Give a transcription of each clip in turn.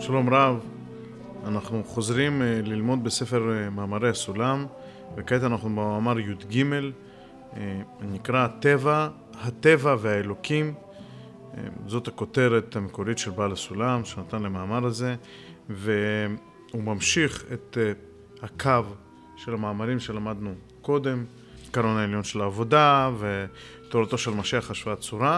שלום רב, אנחנו חוזרים ללמוד בספר מאמרי הסולם, וכעת אנחנו במאמר י"ג, נקרא הטבע והאלוקים. זאת הכותרת המקורית של בעל הסולם שנתן למאמר הזה, והוא ממשיך את הקו של המאמרים שלמדנו קודם, קרון העליון של העבודה ותורתו של משיח השוואת צורה,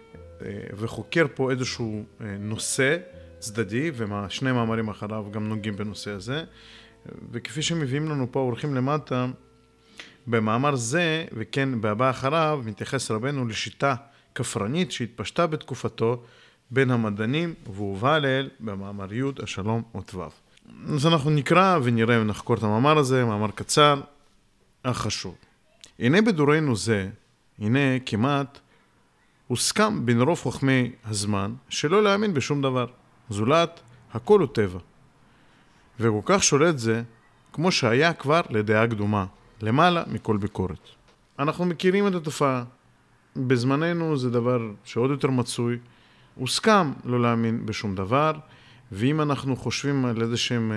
וחוקר פה איזשהו נושא צדדי, ושני מאמרים אחריו גם נוגעים בנושא הזה. וכפי שמביאים לנו פה האורחים למטה, במאמר זה, וכן בהבא אחריו, מתייחס רבנו לשיטה כפרנית שהתפשטה בתקופתו בין המדענים, והובא לאל במאמר י' השלום ותו'. אז אנחנו נקרא ונראה ונחקור את המאמר הזה, מאמר קצר, אך חשוב. הנה בדורנו זה, הנה כמעט הוסכם בין רוב חכמי הזמן שלא להאמין בשום דבר. זולת, הכל הוא טבע. וכל כך שולט זה, כמו שהיה כבר לדעה קדומה, למעלה מכל ביקורת. אנחנו מכירים את התופעה. בזמננו זה דבר שעוד יותר מצוי. הוסכם לא להאמין בשום דבר, ואם אנחנו חושבים על איזשהם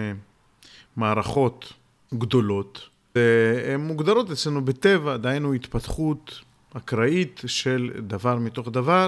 מערכות גדולות, הן מוגדרות אצלנו בטבע, דהיינו התפתחות אקראית של דבר מתוך דבר,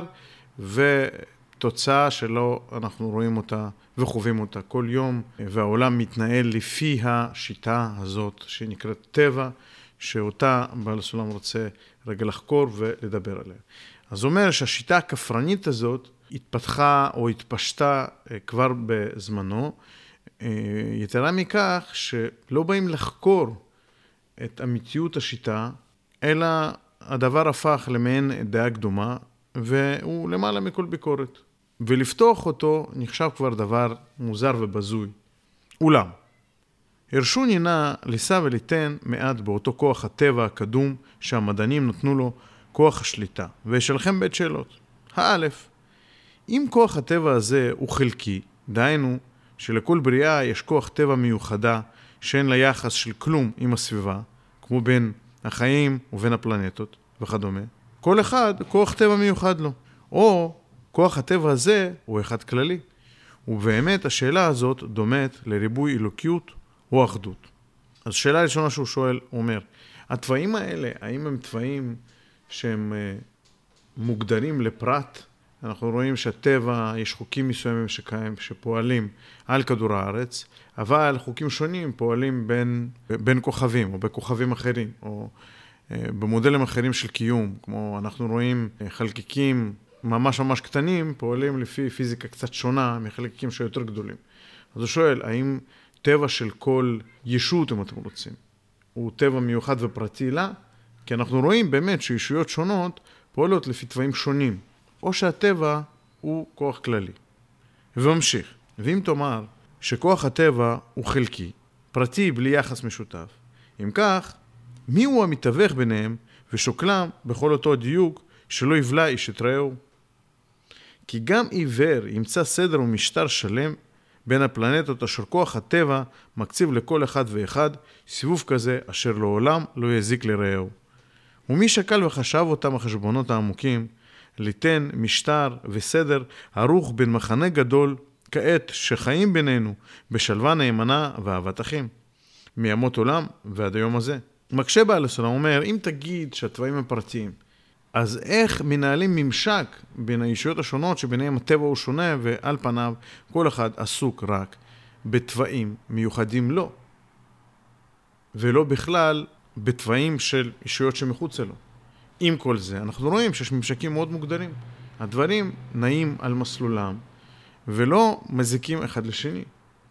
תוצאה שלא אנחנו רואים אותה וחווים אותה כל יום, והעולם מתנהל לפי השיטה הזאת שנקראת טבע, שאותה בעל הסולם רוצה רגע לחקור ולדבר עליה. אז אומר שהשיטה הכפרנית הזאת התפתחה או התפשטה כבר בזמנו, יתרה מכך שלא באים לחקור את אמיתיות השיטה, אלא הדבר הפך למעין דעה קדומה, והוא למעלה מכל ביקורת. ולפתוח אותו נחשב כבר דבר מוזר ובזוי. אולם, הרשוני נא לישא וליתן מעט באותו כוח הטבע הקדום שהמדענים נתנו לו כוח השליטה, וישאלכם בית שאלות. האלף, אם כוח הטבע הזה הוא חלקי, דהיינו שלכל בריאה יש כוח טבע מיוחדה שאין לה יחס של כלום עם הסביבה, כמו בין החיים ובין הפלנטות וכדומה, כל אחד כוח טבע מיוחד לו, או כוח הטבע הזה הוא אחד כללי. ובאמת השאלה הזאת דומת לריבוי אלוקיות או אחדות. אז שאלה ראשונה שהוא שואל, הוא אומר, התוואים האלה, האם הם תוואים שהם מוגדרים לפרט? אנחנו רואים שהטבע, יש חוקים מסוימים שפועלים על כדור הארץ, אבל חוקים שונים פועלים בין כוכבים או בכוכבים אחרים, או במודלים אחרים של קיום, כמו אנחנו רואים חלקיקים ממש קטנים, פועלים לפי פיזיקה קצת שונה מחלקיקים שיותר גדולים. אז הוא שואל, האם טבע של כל ישות, אם אתם רוצים, הוא טבע מיוחד ופרטי לה? כי אנחנו רואים באמת שישויות שונות פועלות לפי טבעים שונים, או שהטבע הוא כוח כללי. וממשיך, ואם תאמר שכוח הטבע הוא חלקי, פרטי בלי יחס משותף, אם כך, מי הוא המתווך ביניהם ושוקלם בכל אותו דיוק שלא יבלע איש את רעהו? כי גם עיוור ימצא סדר ומשטר שלם בין הפלנטות אשר כוח הטבע מקציב לכל אחד ואחד סיבוב כזה אשר לעולם לא יזיק לרעהו. ומי שקל וחשב אותם החשבונות העמוקים ליתן משטר וסדר ערוך בין מחנה גדול כעת שחיים בינינו בשלווה נאמנה ואהבת אחים מימות עולם ועד היום הזה. מקשה בעל הסולם אומר, אם תגיד שהטבעים הם פרטיים, אז איך מנהלים ממשק בין הישויות השונות שביניהם הטבע הוא שונה, ועל פניו כל אחד עסוק רק בטבעים מיוחדים לו, ולא בכלל בטבעים של ישויות שמחוץ לו. עם כל זה, אנחנו רואים שיש ממשקים מאוד מוגדרים. הדברים נעים על מסלולם, ולא מזיקים אחד לשני.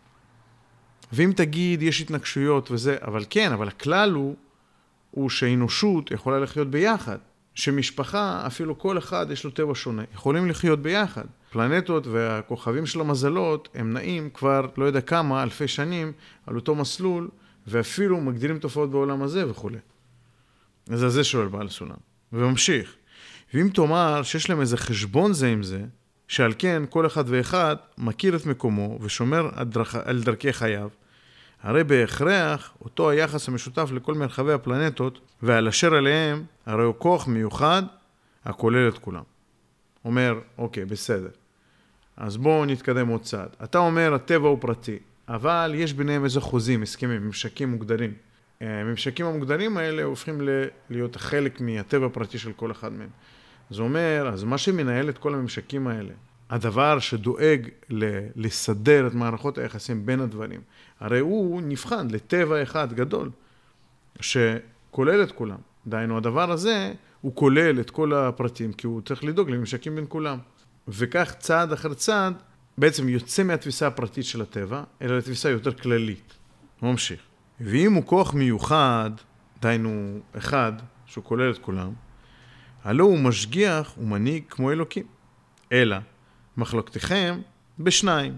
ואם תגיד, יש התנגשויות וזה, אבל כן, אבל הכלל הוא שהאנושות יכולה לחיות ביחד. שמשפחה, אפילו כל אחד יש לו טבע שונה, יכולים לחיות ביחד. פלנטות והכוכבים של המזלות, הם נעים כבר לא יודע כמה, אלפי שנים, על אותו מסלול, ואפילו מגדילים תופעות בעולם הזה וכו'. אז זה שואל בעל הסולם. וממשיך. ואם תאמר שיש להם איזה חשבון זה עם זה, שעל כן כל אחד ואחד מכיר את מקומו ושומר על דרכי חייו, הרי בהכרח אותו היחס המשותף לכל מרחבי הפלנטות, ועל אשר עליהם הרי הוא כוח מיוחד הכולל את כולם. אומר, אוקיי, בסדר. אז בואו נתקדם עוד צעד. אתה אומר, הטבע הוא פרטי, אבל יש ביניהם איזה חוזים, הסכמים, ממשקים מוגדרים. הממשקים המוגדרים האלה הופכים להיות חלק מהטבע הפרטי של כל אחד מהם. זה אומר, אז מה שמנהל את כל הממשקים האלה, הדבר שדואג לסדר את מערכות היחסים בין הדברים, הרי הוא נבחן לטבע אחד גדול, שכולל את כולם. דהיינו, הדבר הזה הוא כולל את כל הפרטים, כי הוא צריך לדאוג לממשקים בין כולם. וכך צעד אחר צעד, בעצם יוצא מהתפיסה הפרטית של הטבע, אלא לתפיסה יותר כללית. הוא ממשיך. ואם הוא כוח מיוחד, דהיינו אחד, שהוא כולל את כולם, הלא הוא משגיח ומנהיג כמו אלוקים. אלא, מחלוקתכם בשניים.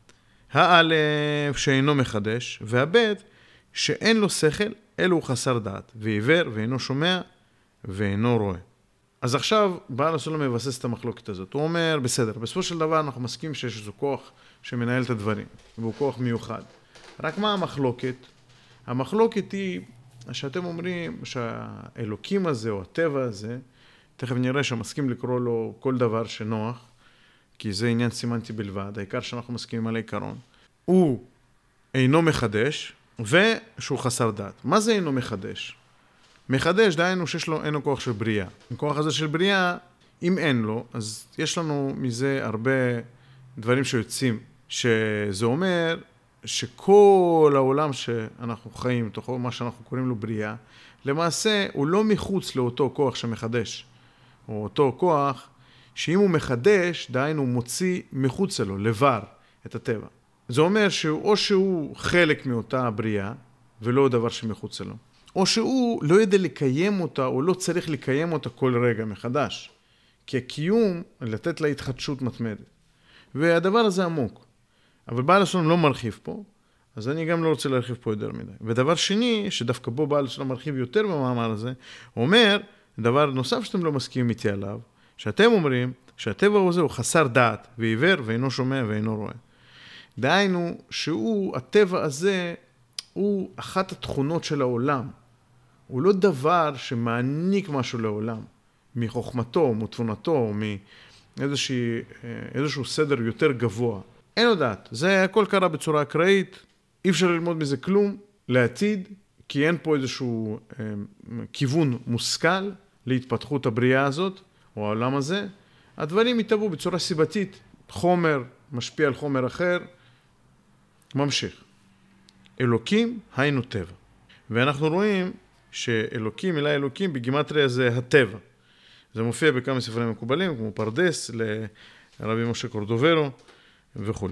האלף שאינו מחדש, והבית שאין לו שכל, אלו הוא חסר דעת, ועיוור ואינו שומע ואינו רואה. אז עכשיו בעל הסולם מבסס את המחלוקת הזאת. הוא אומר, בסדר, בסופו של דבר אנחנו מסכים שיש איזו כוח שמנהל את הדברים, והוא כוח מיוחד. רק מה המחלוקת? המחלוקת היא שאתם אומרים שהאלוקים הזה או הטבע הזה, תכף נראה שמסכים לקרוא לו כל דבר שנוח, כי זה עניין סימנטי בלבד, העיקר שאנחנו מסכימים על העיקרון. הוא אינו מחדש, ושהוא חסר דעת. מה זה אינו מחדש? מחדש, דהיינו שיש לו אינו כוח של בריאה. הכוח הזה של בריאה, אם אין לו, אז יש לנו מזה הרבה דברים שיוצאים, שזה אומר שכל העולם שאנחנו חיים, תוכו מה שאנחנו קוראים לו בריאה, למעשה הוא לא מחוץ לאותו כוח שמחדש, או אותו כוח שאם הוא מחדש, דהיינו הוא מוציא מחוץ לו, לבר, את הטבע. זה אומר או שהוא חלק מאותה בריאה, ולא דבר שמחוץ לו, או שהוא לא יודע לקיים אותה, או לא צריך לקיים אותה כל רגע מחדש. כי הקיום, לתת לה התחדשות מתמדת. והדבר הזה עמוק. אבל בעל הסולם לא מרחיב פה, אז אני גם לא רוצה להרחיב פה יותר מדי. ודבר שני, שדווקא בו בעל הסולם מרחיב יותר במאמר הזה, הוא אומר, דבר נוסף שאתם לא מסכימים איתי עליו, שאתם אומרים שהטבע הזה הוא חסר דעת, ועיוור ואינו שומע ואינו רואה. דהיינו שהוא, הטבע הזה, הוא אחת התכונות של העולם. הוא לא דבר שמעניק משהו לעולם, מחוכמתו, מתבונתו, מאיזשהו סדר יותר גבוה. אין לו דעת. זה הכל קרה בצורה אקראית, אי אפשר ללמוד מזה כלום לעתיד, כי אין פה איזשהו כיוון מושכל להתפתחות הבריאה הזאת, או העולם הזה. הדברים יתבעו בצורה סיבתית. חומר משפיע על חומר אחר, ממשיך. אלוקים היינו טבע. ואנחנו רואים שאלוקים, מילה אלוקים, בגימטריה זה הטבע. זה מופיע בכמה ספרים מקובלים, כמו פרדס, לרבי משה קורדוברו וכו'.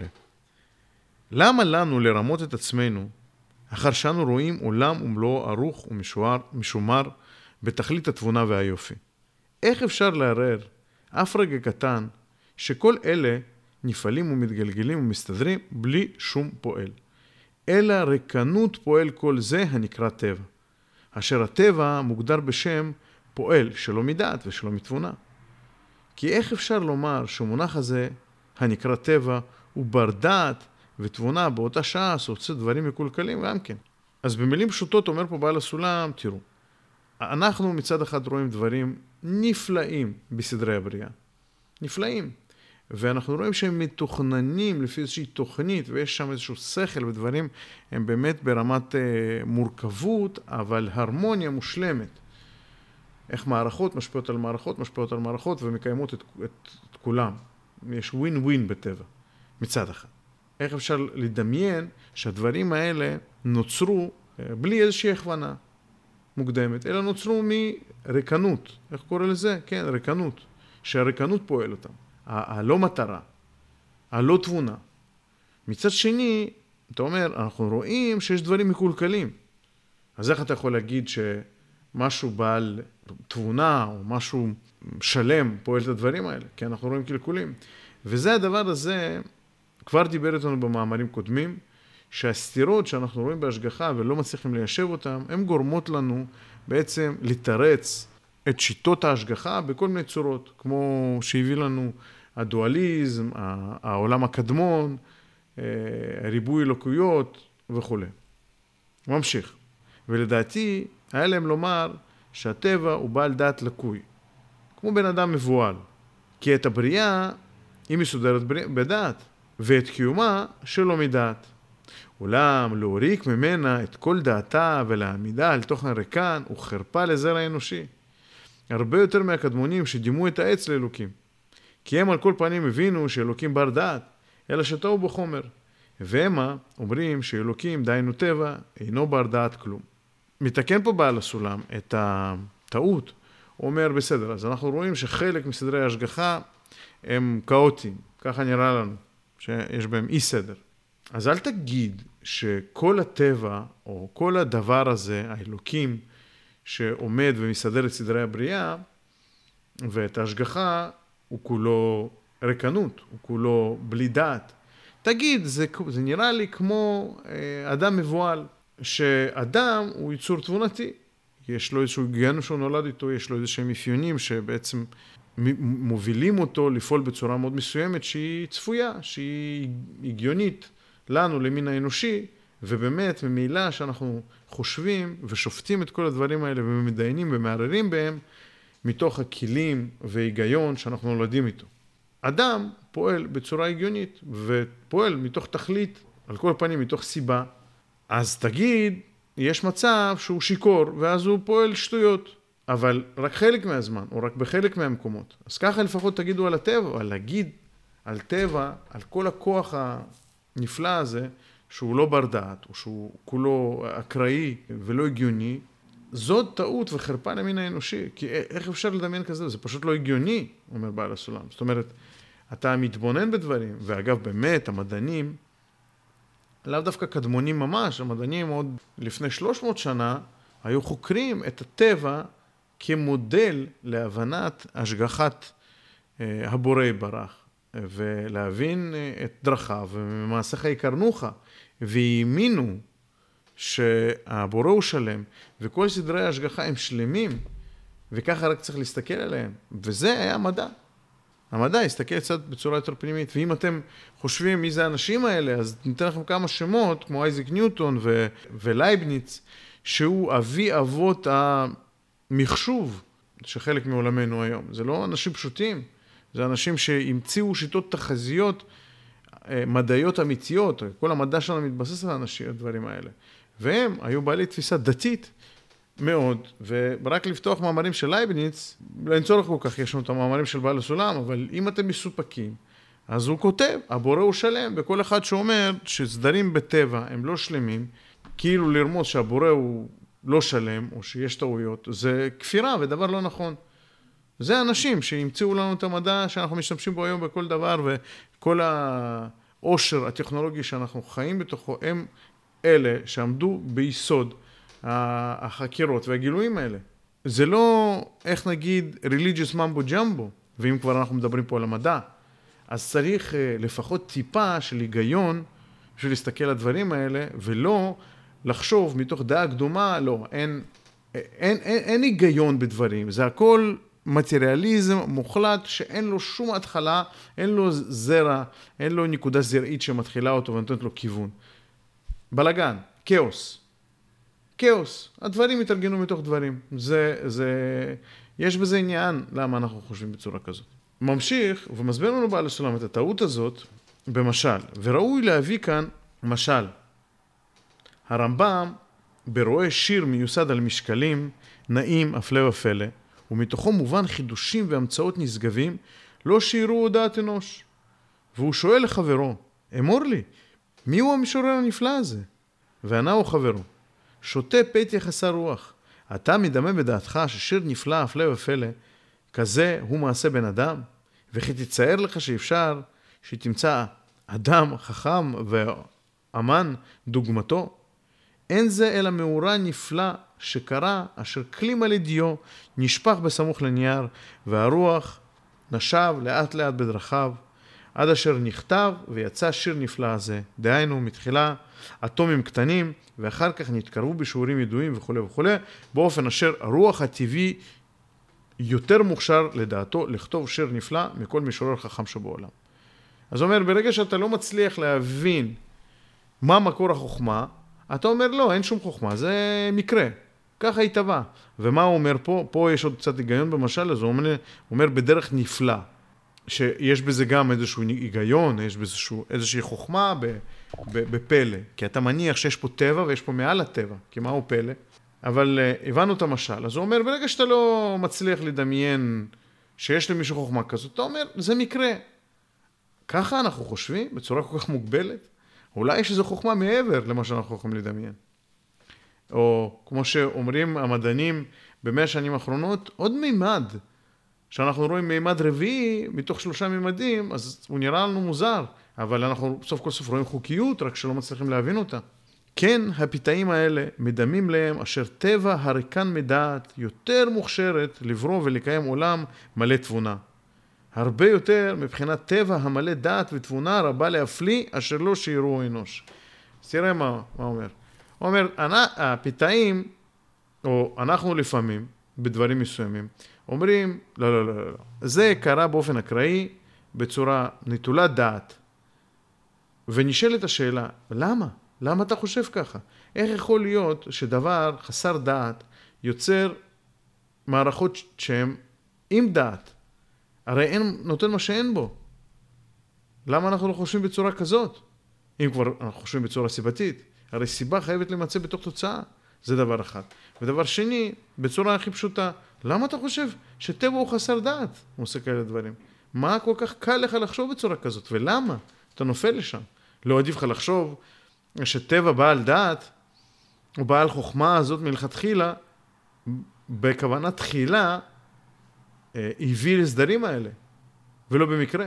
למה לנו לרמות את עצמנו, אחר שאנו רואים עולם ומלואו ערוך ומשומר בתכלית התבונה והיופי? איך אפשר לערער אף רגע קטן שכל אלה נפעלים ומתגלגלים ומסתדרים בלי שום פועל? אלא ריקנות פועל כל זה הנקרא טבע, אשר הטבע מוגדר בשם פועל שלא מדעת ושלא מתבונה. כי איך אפשר לומר שהמונח הזה הנקרא טבע הוא בר דעת ותבונה באותה שעה עושה דברים מקולקלים גם כן. אז במילים פשוטות אומר פה בעל הסולם, תראו, אנחנו מצד אחד רואים דברים נפלאים בסדרי הבריאה, נפלאים. ואנחנו רואים שהם מתוכננים לפי איזושהי תוכנית, ויש שם איזשהו שכל ודברים, הם באמת ברמת מורכבות, אבל הרמוניה מושלמת. איך מערכות משפיעות על מערכות, משפיעות על מערכות, ומקיימות את כולם. יש ווין ווין בטבע, מצד אחד. איך אפשר לדמיין שהדברים האלה נוצרו בלי איזושהי הכוונה מוקדמת, אלא נוצרו מריקנות. איך קורא לזה? כן, ריקנות. שהריקנות פועל אותם. הלא מטרה, הלא תבונה. מצד שני, אתה אומר, אנחנו רואים שיש דברים מקולקלים. אז איך אתה יכול להגיד שמשהו בעל תבונה או משהו שלם פועל את הדברים האלה? כי אנחנו רואים קלקולים. וזה הדבר הזה, כבר דיבר איתנו במאמרים קודמים, שהסתירות שאנחנו רואים בהשגחה ולא מצליחים ליישב אותם, הן גורמות לנו בעצם לתרץ את שיטות ההשגחה בכל מיני צורות, כמו שהביא לנו הדואליזם, העולם הקדמון, ריבוי אלוקויות וכו'. ממשיך. ולדעתי, היה להם לומר שהטבע הוא בעל דעת לקוי, כמו בן אדם מבועל. כי את הבריאה היא מסודרת בדעת, ואת קיומה שלא מדעת. אולם להוריק ממנה את כל דעתה ולהעמידה על תוכן ריקן הוא חרפה לזרע האנושי. הרבה יותר מהקדמונים שדימו את העץ לאלוקים. כי הם על כל פנים הבינו שאלוקים בר דעת, אלא שטעו בחומר. והמה אומרים שאלוקים, דהיינו טבע, אינו בר דעת כלום. מתקן פה בעל הסולם את הטעות. הוא אומר בסדר, אז אנחנו רואים שחלק מסדרי ההשגחה הם כאוטיים. ככה נראה לנו, שיש בהם אי סדר. אז אל תגיד שכל הטבע, או כל הדבר הזה, האלוקים, שעומד ומסדר את סדרי הבריאה, ואת ההשגחה, הוא כולו ריקנות, הוא כולו בלי דעת. תגיד, זה נראה לי כמו אדם מבועל, שאדם הוא יצור תבונתי. יש לו איזשהו היגיון שהוא נולד איתו, יש לו איזשהם אפיונים שבעצם מובילים אותו לפעול בצורה מאוד מסוימת שהיא צפויה, שהיא הגיונית לנו, למין האנושי, ובאמת ממילא שאנחנו חושבים ושופטים את כל הדברים האלה ומדיינים ומערערים בהם מתוך הכלים והיגיון שאנחנו נולדים איתו. אדם פועל בצורה הגיונית ופועל מתוך תכלית, על כל פנים מתוך סיבה. אז תגיד, יש מצב שהוא שיקור ואז הוא פועל שטויות, אבל רק חלק מהזמן או רק בחלק מהמקומות. אז ככה לפחות תגידו על הטבע, אבל להגיד על טבע, על כל הכוח הנפלא הזה, שהוא לא בר דעת, או שהוא כולו אקראי ולא הגיוני, זאת טעות וחרפה למין האנושי. כי איך אפשר לדמיין כזה? זה פשוט לא הגיוני, אומר בעל הסולם. זאת אומרת, אתה מתבונן בדברים, ואגב באמת המדענים, לאו דווקא קדמונים ממש, המדענים עוד לפני 300 שנה, היו חוקרים את הטבע כמודל להבנת השגחת הבורא יתברך, ולהבין את דרכיו, וממעשיך יקרנוך, והאמינו שהבורא הוא שלם, וכל סדרי ההשגחה הם שלמים, וככה רק צריך להסתכל עליהם. וזה היה המדע. המדע יסתכל קצת בצורה יותר פנימית, ואם אתם חושבים מי זה האנשים האלה, אז ניתן לכם כמה שמות, כמו אייזק ניוטון ולייבניץ, שהוא אבי אבות המחשוב שחלק מעולמנו היום. זה לא אנשים פשוטים, זה אנשים שהמציאו שיטות תחזיות מדעיות אמיתיות, כל המדע שלנו מתבסס על הדברים האלה. והם היו בעלי תפיסה דתית מאוד, ורק לפתוח מאמרים של לייבניץ, לא אין צורך כל כך, יש לנו את המאמרים של בעל הסולם, אבל אם אתם מסופקים, אז הוא כותב, הבורא הוא שלם, וכל אחד שאומר שסדרים בטבע הם לא שלמים, כאילו לרמוז שהבורא הוא לא שלם, או שיש טעויות, זה כפירה ודבר לא נכון. זה אנשים שהמציאו לנו את המדע שאנחנו משתמשים בו היום בכל דבר, וכל העושר הטכנולוגי שאנחנו חיים בתוכו, הם אלה שעמדו ביסוד החקירות והגילויים האלה. זה לא, איך נגיד, religious mambo jumbo, ואם כבר אנחנו מדברים פה על המדע, אז צריך לפחות טיפה של היגיון בשביל להסתכל על הדברים האלה, ולא לחשוב מתוך דעה קדומה, לא, אין היגיון בדברים, זה הכל מטריאליזם מוחלט שאין לו שום התחלה, אין לו זרע, אין לו נקודה זרעית שמתחילה אותו ונותנת לו כיוון. בלגן, כאוס. כאוס. הדברים מתארגנו מתוך דברים. יש בזה עניין למה אנחנו חושבים בצורה כזאת. ממשיך ומסביר לנו בעל הסולם את הטעות הזאת במשל, וראוי להביא כאן משל. הרמב"ם ברואה שיר מיוסד על משקלים נעים הפלא ופלא, ומתוכו מובן חידושים והמצאות נשגבים לא שירו הודעת אנוש. והוא שואל לחברו, אמור לי, מי הוא המשורר הנפלא הזה? וענה הוא חברו, שותה פתח חסר רוח. אתה מדמה בדעתך ששיר נפלא הפלא ופלא, כזה הוא מעשה בן אדם? וכי תצייר לך שאפשר שתמצא אדם חכם ואמן דוגמתו? אין זה אלא מאורע נפלא שקרה, אשר כלים על ידיו נשפך בסמוך לנייר, והרוח נשב לאט לאט בדרכיו, עד אשר נכתב ויצא שיר נפלא הזה. דהיינו, מתחילה אטומים קטנים, ואחר כך נתקרבו בשיעורים ידועים וכו' וכו', באופן אשר הרוח הטבעי יותר מוכשר לדעתו לכתוב שיר נפלא מכל משורר חכם שבעולם. אז אומר, ברגע שאתה לא מצליח להבין מה מקור החוכמה, אתה אומר, לא, אין שום חוכמה, זה מקרה. ככה היא טבע. ומה הוא אומר פה? פה יש עוד קצת היגיון במשל, אז הוא אומר בדרך נפלא. שיש בזה גם איזשהו היגיון, יש בזה איזושהי חוכמה בפלא. כי אתה מניח שיש פה טבע ויש פה מעל הטבע, כי מהו פלא? אבל הבנו את המשל. אז הוא אומר, ברגע שאתה לא מצליח לדמיין שיש למישהו חוכמה כזאת, אתה אומר, זה מקרה. ככה אנחנו חושבים, בצורה כל כך מוגבלת. אולי יש איזו חוכמה מעבר למה שאנחנו יכולים לדמיין. או כמו שאומרים המדענים ב100 שנים האחרונות, עוד מימד. כשאנחנו רואים מימד רביעי מתוך 3 מימדים, אז הוא נראה לנו מוזר, אבל אנחנו סוף כל סוף רואים חוקיות, רק שלא מצליחים להבין אותה. כן, הפיתאים האלה מדמים להם אשר טבע הריקן מדעת יותר מוכשרת לברוא ולקיים עולם מלא תבונה. הרבה יותר מבחינת טבע המלא דעת ותבונה רבה להפליא אשר לא שיראו אנוש. אז תראה מה אומר. הוא אומר, הפיתאים, או אנחנו לפעמים, בדברים מסוימים, אומרים, לא. זה קרה באופן אקראי, בצורה נטולת דעת. ונשאלת השאלה, למה? למה אתה חושב ככה? איך יכול להיות שדבר חסר דעת יוצר מערכות שהן עם דעת? הרי אין, נותן מה שאין בו. למה אנחנו לא חושבים בצורה כזאת? אם כבר אנחנו חושבים בצורה סיבתית, הרי סיבה חייבת להימצא בתוך תוצאה. זה דבר אחד. ודבר שני, בצורה הכי פשוטה, למה אתה חושב שטבע הוא חסר דעת? הוא עושה כאלה דברים. מה כל כך קל לך לחשוב בצורה כזאת? ולמה? אתה נופל לשם. לא עדיף לך לחשוב שטבע בעל דעת, או בעל חוכמה הזאת מלכתחילה, בכוונת תחילה, הביא לסדרים האלה, ולא במקרה.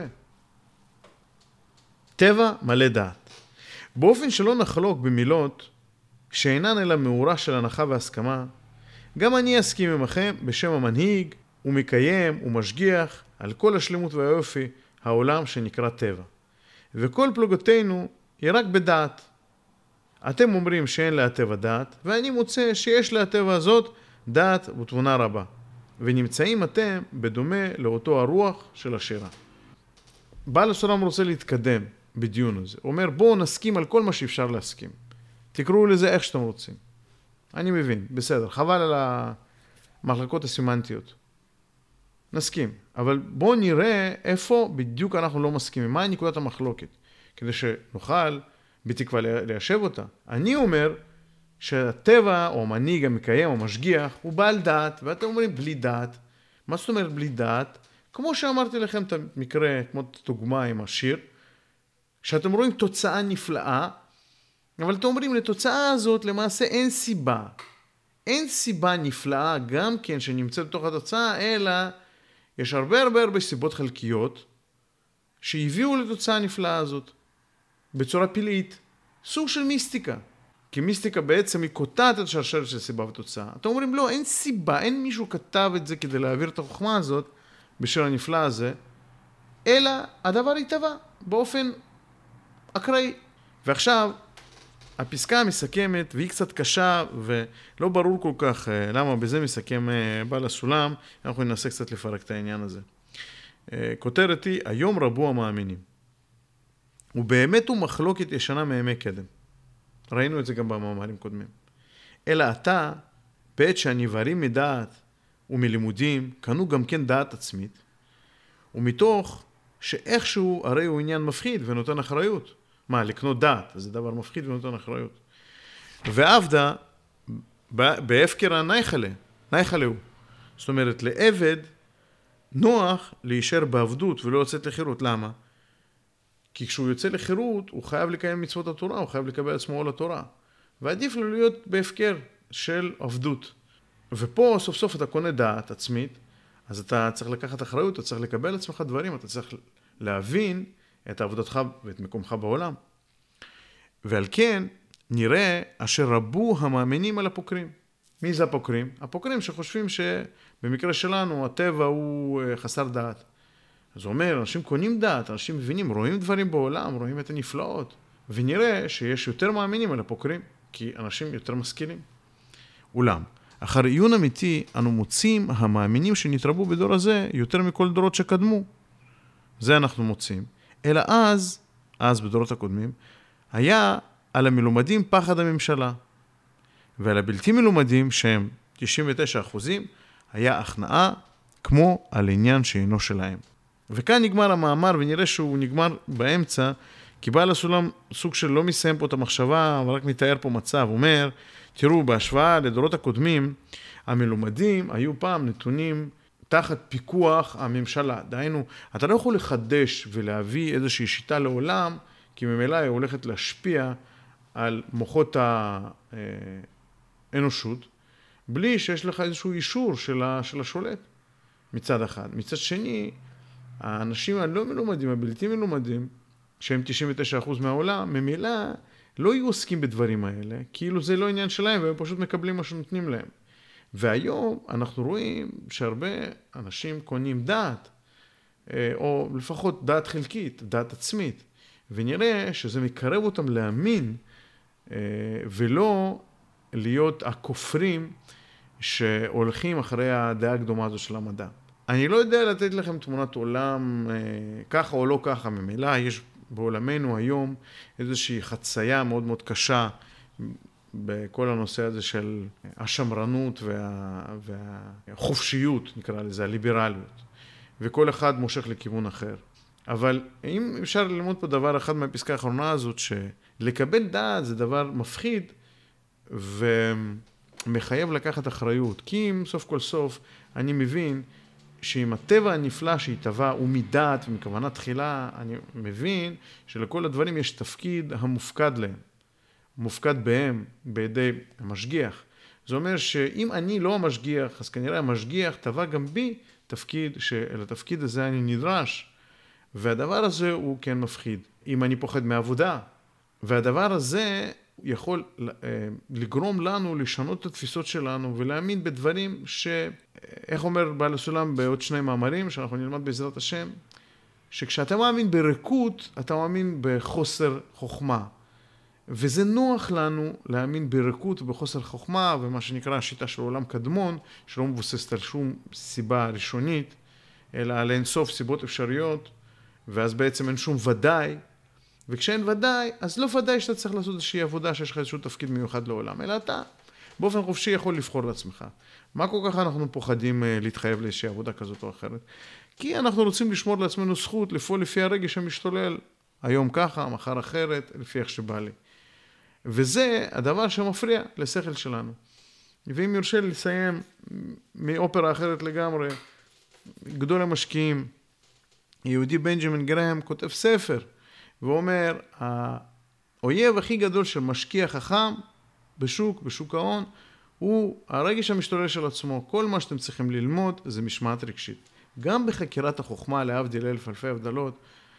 טבע מלא דעת. באופן שלא נחלוק במילות, שאינן אלא מאורה של הנחה והסכמה, גם אני אסכים עמכם בשם המנהיג, ומקיים ומשגיח על כל השלמות והיופי העולם שנקרא טבע. וכל פלוגותינו היא רק בדעת. אתם אומרים שאין לה טבע דעת, ואני מוצא שיש לה טבע הזאת דעת ותבונה רבה. ונמצאים אתם בדומה לאותו הרוח של השירה. בעל הסולם רוצה להתקדם בדיון הזה. הוא אומר, בואו נסכים על כל מה שאפשר להסכים. תקראו לזה איך שאתם רוצים. אני מבין, בסדר, חבל על המחלקות הסימנטיות. נסכים, אבל בואו נראה איפה בדיוק אנחנו לא מסכימים, מה נקודת המחלוקת, כדי שנוכל בתקווה ליישב אותה. אני אומר שהטבע או המנהיג המקיים או משגיח הוא בעל דעת, ואתם אומרים בלי דעת. מה זאת אומרת בלי דעת? כמו שאמרתי לכם את המקרה, כמו דוגמה עם השיר, שאתם רואים תוצאה נפלאה, אבל אתם אומרים לתוצאה הזאת למעשה אין סיבה. אין סיבה נפלאה גם כן שנמצאת בתוך התוצאה, אלא יש הרבה סיבות חלקיות שהביאו לתוצאה הנפלאה הזאת בצורה פלאית, סוג של מיסטיקה. כי מיסטיקה בעצם היא קוטעת את השרשרת של סיבה ותוצאה. אתם אומרים לא, אין סיבה, אין מישהו כתב את זה כדי להעביר את החוכמה הזאת בשיר הנפלא הזה, אלא הדבר התהווה באופן אקראי. ועכשיו הפסקה המסכמת, והיא קצת קשה ולא ברור כל כך למה בזה מסכם בעל הסולם, אנחנו ננסה קצת לפרק את העניין הזה. כותרת היא, היום רבו המאמינים. ובאמת הוא מחלוקת ישנה מימי קדם. ראינו את זה גם במאמרים קודמים. אלא אתה, בעת שהנבערים מדעת ומלימודים, קנו גם כן דעת עצמית, ומתוך שאיכשהו הרי הוא עניין מפחיד ונותן אחריות. מה, לקנות דעת, זה דבר מפחיד ונותן אחריות. ועבדה, בהפקרה נייחלה הוא. זאת אומרת, לעבד נוח להישאר בעבדות ולא לצאת לחירות. למה? כי כשהוא יוצא לחירות, הוא חייב לקיים מצוות התורה, הוא חייב לקבל עצמו עול התורה. ועדיף לו להיות בהפקר של עבדות. ופה סוף סוף אתה קונה דעת עצמית, אז אתה צריך לקחת אחריות, אתה צריך לקבל עצמך דברים, אתה צריך להבין את עבודתך ואת מקומך בעולם. ועל כן נראה אשר רבו המאמינים על הפוקרים. מי זה הפוקרים? הפוקרים שחושבים שבמקרה שלנו הטבע הוא חסר דעת. אז הוא אומר, אנשים קונים דעת, אנשים מבינים, רואים דברים בעולם, רואים את הנפלאות. ונראה שיש יותר מאמינים על הפוקרים, כי אנשים יותר משכילים. אולם, אחר עיון אמיתי, אנו מוצאים המאמינים שנתרבו בדור הזה יותר מכל דורות שקדמו. זה אנחנו מוצאים. אלא אז בדורות הקודמים, היה על המלומדים פחד הממשלה. ועל הבלתי מלומדים, שהם 99%, היה הכנעה כמו על עניין שאינו שלהם. וכאן נגמר המאמר, ונראה שהוא נגמר באמצע, כי בעל הסולם סוג של לא מסיים פה את המחשבה, אבל רק מתאר פה מצב. הוא אומר, תראו, בהשוואה לדורות הקודמים, המלומדים היו פעם נתונים תחת פיקוח הממשלה. דהיינו, אתה לא יכול לחדש ולהביא איזושהי שיטה לעולם, כי ממילא היא הולכת להשפיע על מוחות האנושות, בלי שיש לך איזשהו אישור של השולט, מצד אחד. מצד שני, האנשים הלא מלומדים, הבלתי מלומדים, שהם 99% מהעולם, ממילא לא יהיו עוסקים בדברים האלה, כאילו זה לא עניין שלהם, והם פשוט מקבלים מה שנותנים להם. והיום אנחנו רואים שהרבה אנשים קונים דעת, או לפחות דעת חלקית, דעת עצמית, ונראה שזה מקרב אותם להאמין, ולא להיות הכופרים שהולכים אחרי הדעה הקדומה הזו של המדע. אני לא יודע לתת לכם תמונת עולם ככה או לא ככה, ממילא יש בעולמנו היום איזושהי חצייה מאוד מאוד קשה בכל הנושא הזה של השמרנות והחופשיות, נקרא לזה, הליברליות. וכל אחד מושך לכיוון אחר. אבל אם אפשר ללמוד פה דבר אחד מהפסקה האחרונה הזאת, שלקבל דעת זה דבר מפחיד ומחייב לקחת אחריות. כי אם סוף כל סוף אני מבין שעם הטבע הנפלא שהתהווה הוא מדעת ומכוונה תחילה, אני מבין שלכל הדברים יש תפקיד המופקד להם. מופקד בהם, בידי המשגיח. זה אומר שאם אני לא המשגיח, אז כנראה המשגיח טבע גם בי תפקיד, שלתפקיד הזה אני נדרש. והדבר הזה הוא כן מפחיד. אם אני פוחד מעבודה, והדבר הזה יכול לגרום לנו לשנות את התפיסות שלנו ולהאמין בדברים איך אומר בעל הסולם בעוד שני מאמרים שאנחנו נלמד בעזרת השם, שכשאתה מאמין בריקות, אתה מאמין בחוסר חוכמה. וזה נוח לנו להאמין בריקות ובחוסר חוכמה, ומה שנקרא השיטה של עולם קדמון, שלא מבוססת על שום סיבה ראשונית, אלא על אינסוף סיבות אפשריות, ואז בעצם אין שום ודאי, וכשאין ודאי, אז לא ודאי שאתה צריך לעשות איזושהי עבודה שיש לך איזשהו תפקיד מיוחד לעולם, אלא אתה באופן חופשי יכול לבחור לעצמך. מה כל כך אנחנו פוחדים להתחייב לאיזושהי עבודה כזאת או אחרת? כי אנחנו רוצים לשמור לעצמנו זכות לפעול לפי הרגש המשתולל, היום ככה, מחר אחרת, לפי איך שבא לי. וזה הדבר שמפריע לשכל שלנו. ואם יורשה לסיים מאופרה אחרת לגמרי, גדול המשקיעים, יהודי בנג'מין גרהם כותב ספר, ואומר, האויב הכי גדול של משקיע חכם בשוק ההון, הוא הרגש המשתולל של עצמו. כל מה שאתם צריכים ללמוד זה משמעת רגשית. גם בחקירת החוכמה, להבדיל אלף אלפי הבדלות,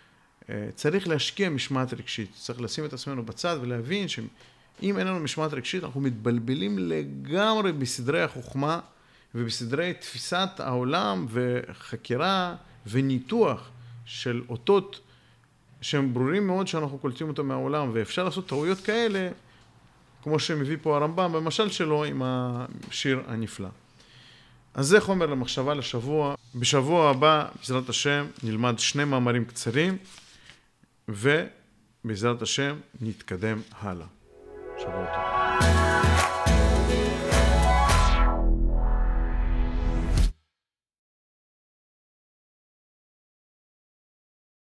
צריך להשקיע משמעת רגשית. צריך לשים את עצמנו בצד ולהבין שאם אין לנו משמעת רגשית, אנחנו מתבלבלים לגמרי בסדרי החוכמה ובסדרי תפיסת העולם וחקירה וניתוח של אותות שהם ברורים מאוד שאנחנו קולטים אותם מהעולם, ואפשר לעשות טעויות כאלה, כמו שמביא פה הרמב"ם במשל שלו עם השיר הנפלא. אז זה חומר למחשבה לשבוע. בשבוע הבא, בעזרת השם, נלמד 2 מאמרים קצרים, ובעזרת השם נתקדם הלאה. שבוע טוב.